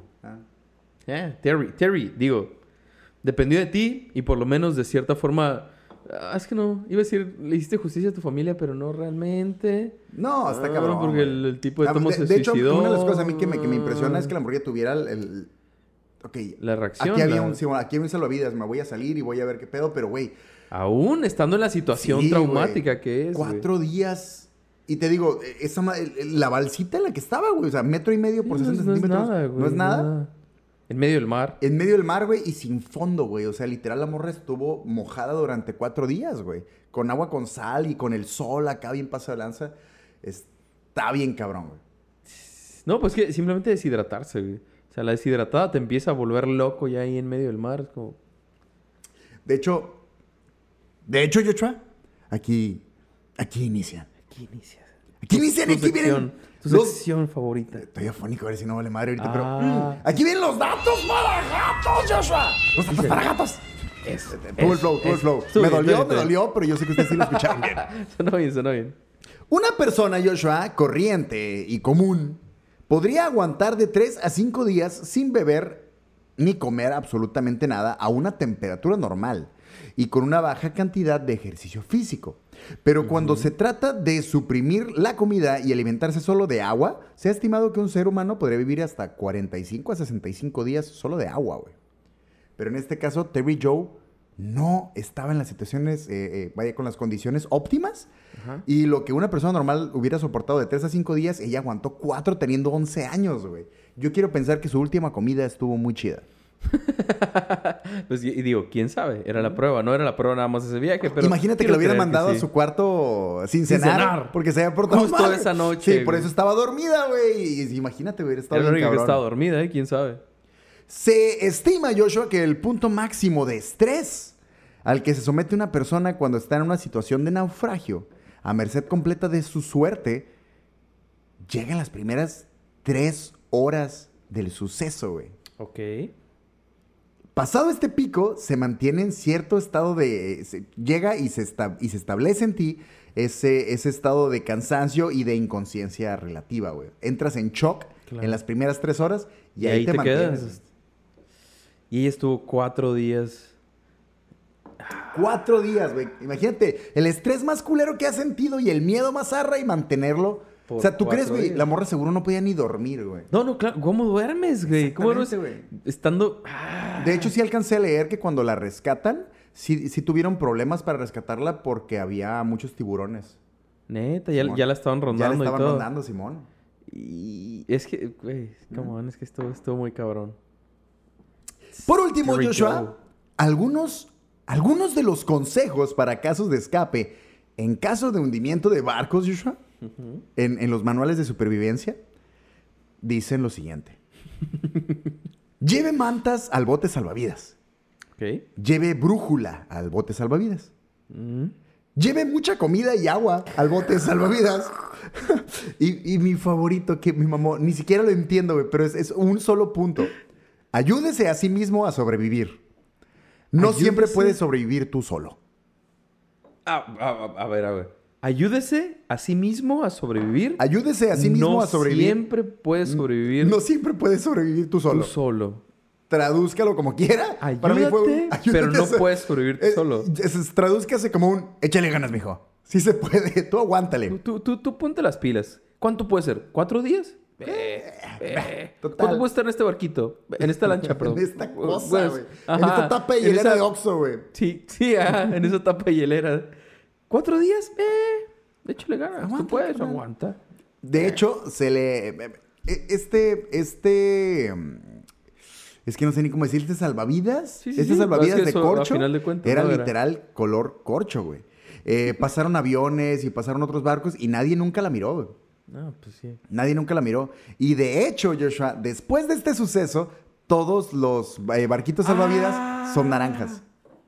Terry, digo... Dependió de ti y por lo menos de cierta forma... es que no. Iba a decir, le hiciste justicia a tu familia, pero no realmente. No, está cabrón. Porque el tipo de tomo se de hecho, suicidó. una de las cosas a mí que me impresiona es que la hamburguesa tuviera la reacción. Aquí había un salvavidas. Me voy a salir y voy a ver qué pedo. Pero, güey... Aún estando en la situación traumática que es, 4 días... Y te digo, la balsita en la que estaba, güey. O sea, 1.5 metros por 60 centímetros. Es nada, güey, ¿No es nada? En medio del mar. En medio del mar, güey, y sin fondo, güey. O sea, literal, la morra estuvo mojada durante 4 días, güey. Con agua con sal y con el sol acá bien paso de lanza. Está bien cabrón, güey. No, pues que simplemente deshidratarse, güey. O sea, la deshidratada te empieza a volver loco ya ahí en medio del mar. Es como... De hecho, Joshua, aquí inicia. Aquí vienen... Tu sección favorita. Estoy afónico, a ver si no vale madre ahorita, pero... aquí vienen los datos para gatos, Joshua. Los datos para gatos. Tuvo el flow. Me dolió, pero yo sé que ustedes sí lo escucharon bien. Sonó bien. Una persona, Joshua, corriente y común, podría aguantar de 3 a 5 días sin beber ni comer absolutamente nada a una temperatura normal y con una baja cantidad de ejercicio físico. Pero cuando se trata de suprimir la comida y alimentarse solo de agua, se ha estimado que un ser humano podría vivir hasta 45 a 65 días solo de agua, güey. Pero en este caso, Terry Joe no estaba en las situaciones, con las condiciones óptimas. Ajá. Y lo que una persona normal hubiera soportado de 3 a 5 días, ella aguantó 4 teniendo 11 años, güey. Yo quiero pensar que su última comida estuvo muy chida. Pues y digo, quién sabe, era la prueba, no era la prueba nada más ese viaje, pero imagínate que lo hubieran mandado a su cuarto sin cenar porque se había portado justo mal esa noche. Sí, por eso estaba dormida, güey. Imagínate, hubiera estado bien cabrón. Que estaba dormida, quién sabe. Se estima, Joshua, que el punto máximo de estrés al que se somete una persona cuando está en una situación de naufragio, a merced completa de su suerte, llega en las primeras 3 horas del suceso, güey. Ok. Pasado este pico, se mantiene en cierto estado llega y se establece en ti ese estado de cansancio y de inconsciencia relativa, güey. Entras en shock en las primeras 3 horas y ahí te mantienes. Quedas. Y ella estuvo 4 días. 4 días, güey. Imagínate, el estrés más culero que has sentido y el miedo más arra y mantenerlo. O sea, ¿tú crees, güey? La morra seguro no podía ni dormir, güey. No, claro. ¿Cómo duermes, güey? ¿Cómo duermes, güey? Estando... De hecho, sí alcancé a leer que cuando la rescatan, sí tuvieron problemas para rescatarla porque había muchos tiburones. Neta, ya la estaban rondando y todo. Ya la estaban rondando, Simón. Y es que, güey, es que estuvo muy cabrón. Por último, Joshua, algunos de los consejos para casos de escape en caso de hundimiento de barcos, Joshua, en los manuales de supervivencia, dicen lo siguiente. Lleve mantas al bote salvavidas. Okay. Lleve brújula al bote salvavidas. Lleve mucha comida y agua al bote salvavidas. y mi favorito, que mi mamá, ni siquiera lo entiendo, güey, pero es un solo punto. Ayúdese a sí mismo a sobrevivir. No siempre puedes sobrevivir tú solo. A ver. Ayúdese a sí mismo a sobrevivir. Ayúdese a sí mismo a sobrevivir. No siempre puedes sobrevivir. No siempre puedes sobrevivir tú solo. Tú solo. tradúzcalo como quiera. Para mí fue pero no puedes sobrevivir solo. Tradúzcase como un échale ganas, mijo. Sí se puede, tú aguántale. Tú ponte las pilas. ¿Cuánto puede ser? ¿4 días? Total. ¿Cuánto puede estar en este barquito? En esta lancha, perdón. En esta cosa, Pues, güey. ajá, En esta tapa de hielera esa- de Oxxo, güey. Sí, en esa tapa de hielera. 4 días, échale ganas. Aguanta, Tú puedes, carnal. aguanta. De hecho, se le... Es que no sé ni cómo decirte, salvavidas. Sí, Este sí. salvavidas Es que de eso, corcho a final de cuentas, era ¿no? literal color corcho, güey. Pasaron aviones y pasaron otros barcos y nadie nunca la miró, güey. No, pues sí. Nadie nunca la miró. Y de hecho, Joshua, después de este suceso, todos los barquitos salvavidas son naranjas.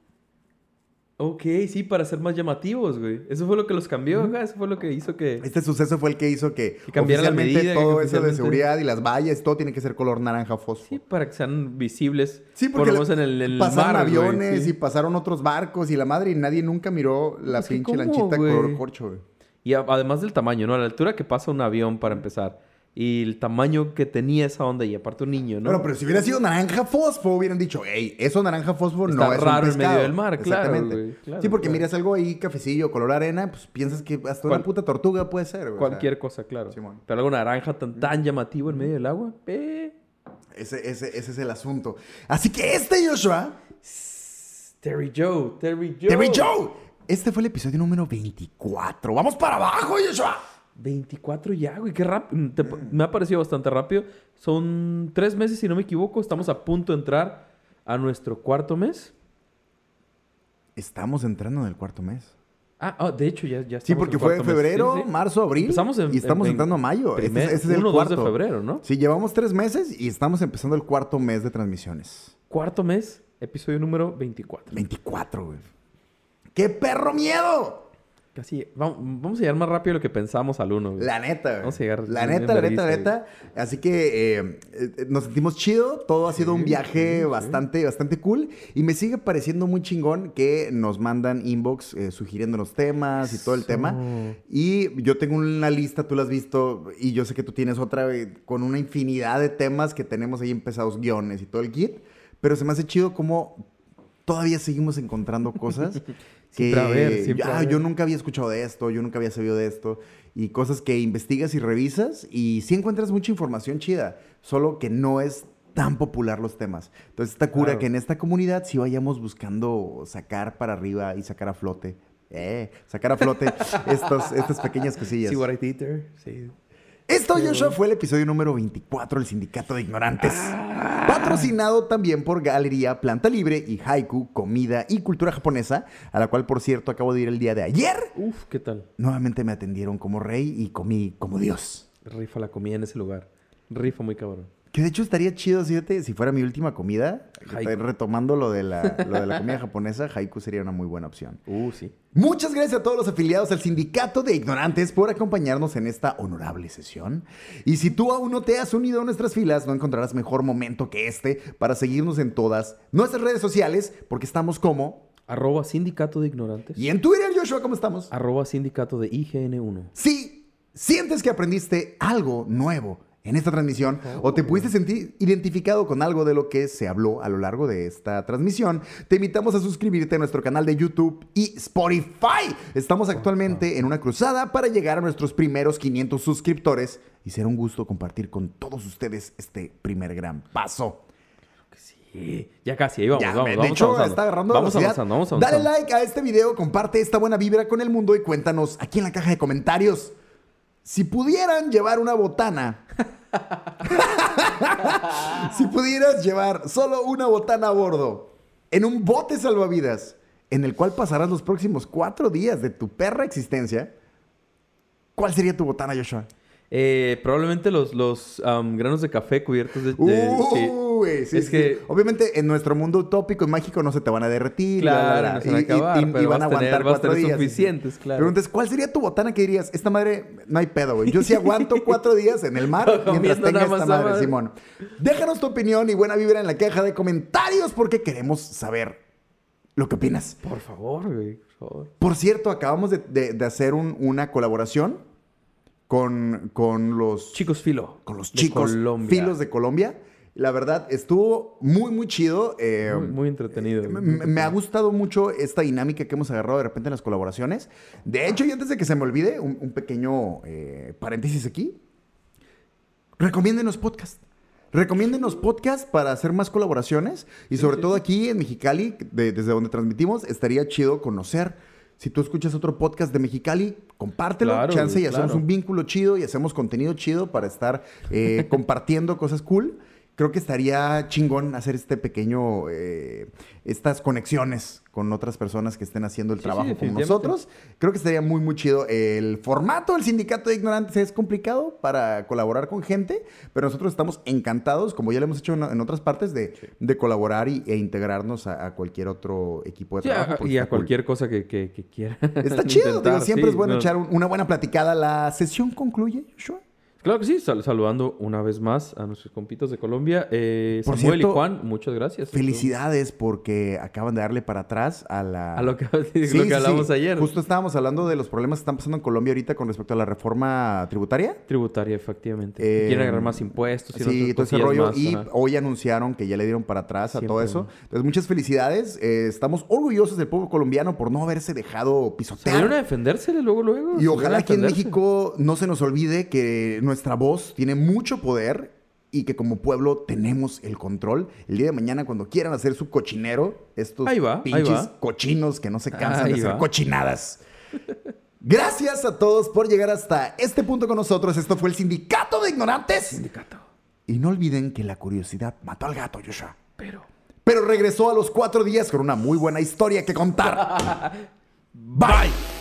Ok, sí, para ser más llamativos, güey. Eso fue lo que los cambió, ajá. Eso fue lo que hizo que... Este suceso fue el que hizo que cambiara la oficialmente medida, todo que eso de oficialmente- seguridad y las vallas, todo tiene que ser color naranja fósforo. Sí, para que sean visibles. Sí, por porque lo menos en el pasaron mar, güey, aviones sí. y pasaron otros barcos y la madre y nadie nunca miró la Es que pinche ¿cómo, lanchita güey? color corcho, güey. Y además del tamaño, ¿no? A la altura que pasa un avión para empezar. Y el tamaño que tenía esa onda y aparte un niño, ¿no? Bueno, pero si hubiera sido naranja fósforo, hubieran dicho, hey, eso naranja fósforo Está no es raro un en medio pescado. del mar, claro, Exactamente. güey, claro, sí, porque claro. miras algo ahí, cafecillo, color arena, pues piensas que hasta una puta tortuga puede ser, güey. Cualquier cosa, claro. Simón. Pero algo naranja tan llamativo en medio del agua. Ese es el asunto. Así que Joshua... Terry Joe. ¡Terry Joe! Este fue el episodio número 24. ¡Vamos para abajo, Joshua! 24 ya, güey. Qué rápido. Me ha parecido bastante rápido. Son 3 meses, si no me equivoco. Estamos a punto de entrar a nuestro 4.º mes. Estamos entrando en el 4.º mes. De hecho, ya estamos Sí, porque en el fue 4.º mes. febrero, Sí, sí. marzo, abril. Empezamos y estamos entrando a mayo. Este es el 1 cuarto. de febrero, ¿no? Sí, llevamos 3 meses y estamos empezando el 4.º mes de transmisiones. 4.º mes, episodio número 24. 24, güey. ¡Qué perro miedo! Casi. Vamos a llegar más rápido de lo que pensamos al 1, güey. La neta, güey. Vamos a llegar La bien neta. vergüenza, Así que nos sentimos chido. Todo ha sido un viaje bastante cool. Y me sigue pareciendo muy chingón que nos mandan inbox sugiriéndonos temas y todo el tema. Y yo tengo una lista, tú la has visto, y yo sé que tú tienes otra con una infinidad de temas que tenemos ahí empezados, guiones y todo el kit. Pero se me hace chido como todavía seguimos encontrando cosas que yo nunca había escuchado de esto, yo nunca había sabido de esto, y cosas que investigas y revisas y sí encuentras mucha información chida, solo que no es tan popular los temas. Entonces está cura Claro. que en esta comunidad sí vayamos buscando sacar para arriba y sacar a flote estas pequeñas cosillas. Sí, what I did there. Sí. Esto, Joshua, fue el episodio número 24 del Sindicato de Ignorantes. Patrocinado también por Galería Planta Libre y Haiku, Comida y Cultura Japonesa, a la cual, por cierto, acabo de ir el día de ayer. Uf, ¿qué tal? Nuevamente me atendieron como rey y comí como Dios. Rifa la comida en ese lugar. Rifa muy cabrón. Que de hecho estaría chido, fíjate, si fuera mi última comida. Haiku. Retomando lo de la comida japonesa, Haiku sería una muy buena opción. Sí. Muchas gracias a todos los afiliados al Sindicato de Ignorantes por acompañarnos en esta honorable sesión. Y si tú aún no te has unido a nuestras filas, no encontrarás mejor momento que este para seguirnos en todas nuestras redes sociales, porque estamos como... @sindicato de ignorantes. Y en Twitter, Joshua, ¿cómo estamos? @sindicato de IGN1. Si sientes que aprendiste algo nuevo en esta transmisión o te pudiste sentir identificado con algo de lo que se habló a lo largo de esta transmisión, te invitamos a suscribirte a nuestro canal de YouTube y Spotify. Estamos actualmente en una cruzada para llegar a nuestros primeros 500 suscriptores y será un gusto compartir con todos ustedes este primer gran paso. Sí, ya casi, ahí vamos, Ya, vamos, de vamos hecho, avanzando. está agarrando Vamos velocidad. avanzando. Dale like a este video, comparte esta buena vibra con el mundo y cuéntanos aquí en la caja de comentarios. Si pudieran llevar una botana... Si pudieras llevar solo una botana a bordo en un bote salvavidas en el cual pasarás los próximos 4 días de tu perra existencia, ¿cuál sería tu botana, Joshua? Probablemente los granos de café cubiertos de... Sí, es que... Obviamente en nuestro mundo utópico y mágico no se te van a derretir. Claro, no se van a acabar, y pero van a aguantar 4 días. suficientes, claro. Preguntas, ¿cuál sería tu botana que dirías? Esta madre, no hay pedo, güey. Yo sí aguanto 4 días en el mar mientras Comiendo tenga nada esta más, madre, Simón. Déjanos tu opinión y buena vibra en la caja de comentarios porque queremos saber lo que opinas. Por favor, güey, por favor. Por cierto, acabamos de hacer una colaboración con los Chicos Filo. con los de chicos Colombia. Filos de Colombia. La verdad, estuvo muy, muy chido. Muy entretenido. Me ha gustado mucho esta dinámica que hemos agarrado de repente en las colaboraciones. De hecho, y antes de que se me olvide, un pequeño paréntesis aquí. Recomiéndenos podcast. Recomiéndenos podcast para hacer más colaboraciones. Y sobre todo aquí en Mexicali, desde donde transmitimos, estaría chido conocer. Si tú escuchas otro podcast de Mexicali, compártelo, Claro, chance y claro. hacemos un vínculo chido y hacemos contenido chido para estar compartiendo cosas cool. Creo que estaría chingón hacer este pequeño, estas conexiones con otras personas que estén haciendo el trabajo como nosotros. Creo que estaría muy, muy chido. El formato del Sindicato de Ignorantes es complicado para colaborar con gente, pero nosotros estamos encantados, como ya lo hemos hecho en otras partes, de colaborar e integrarnos a cualquier otro equipo de trabajo. Y a cualquier cosa que quiera. Está chido, intentar, digo, siempre sí, es bueno echar una buena platicada. La sesión concluye, Joshua. Claro que sí, saludando una vez más a nuestros compitos de Colombia. Por Samuel cierto, y Juan, muchas gracias. Felicidades porque acaban de darle para atrás a lo que hablamos ayer. Justo estábamos hablando de los problemas que están pasando en Colombia ahorita con respecto a la reforma tributaria. Tributaria, efectivamente. Quieren agarrar más impuestos. Sí, todo ese rollo. Y hoy anunciaron que ya le dieron para atrás a todo eso. Entonces, muchas felicidades. Estamos orgullosos del pueblo colombiano por no haberse dejado pisotear. Salieron a defendérsele luego. Y ojalá que en México no se nos olvide que nuestra voz tiene mucho poder y que como pueblo tenemos el control. El día de mañana, cuando quieran hacer su cochinero, estos pinches cochinos que no se cansan de hacer cochinadas. Gracias a todos por llegar hasta este punto con nosotros. Esto fue el Sindicato de Ignorantes. Sindicato. Y no olviden que la curiosidad mató al gato, Joshua. Pero regresó a los 4 días con una muy buena historia que contar. Bye.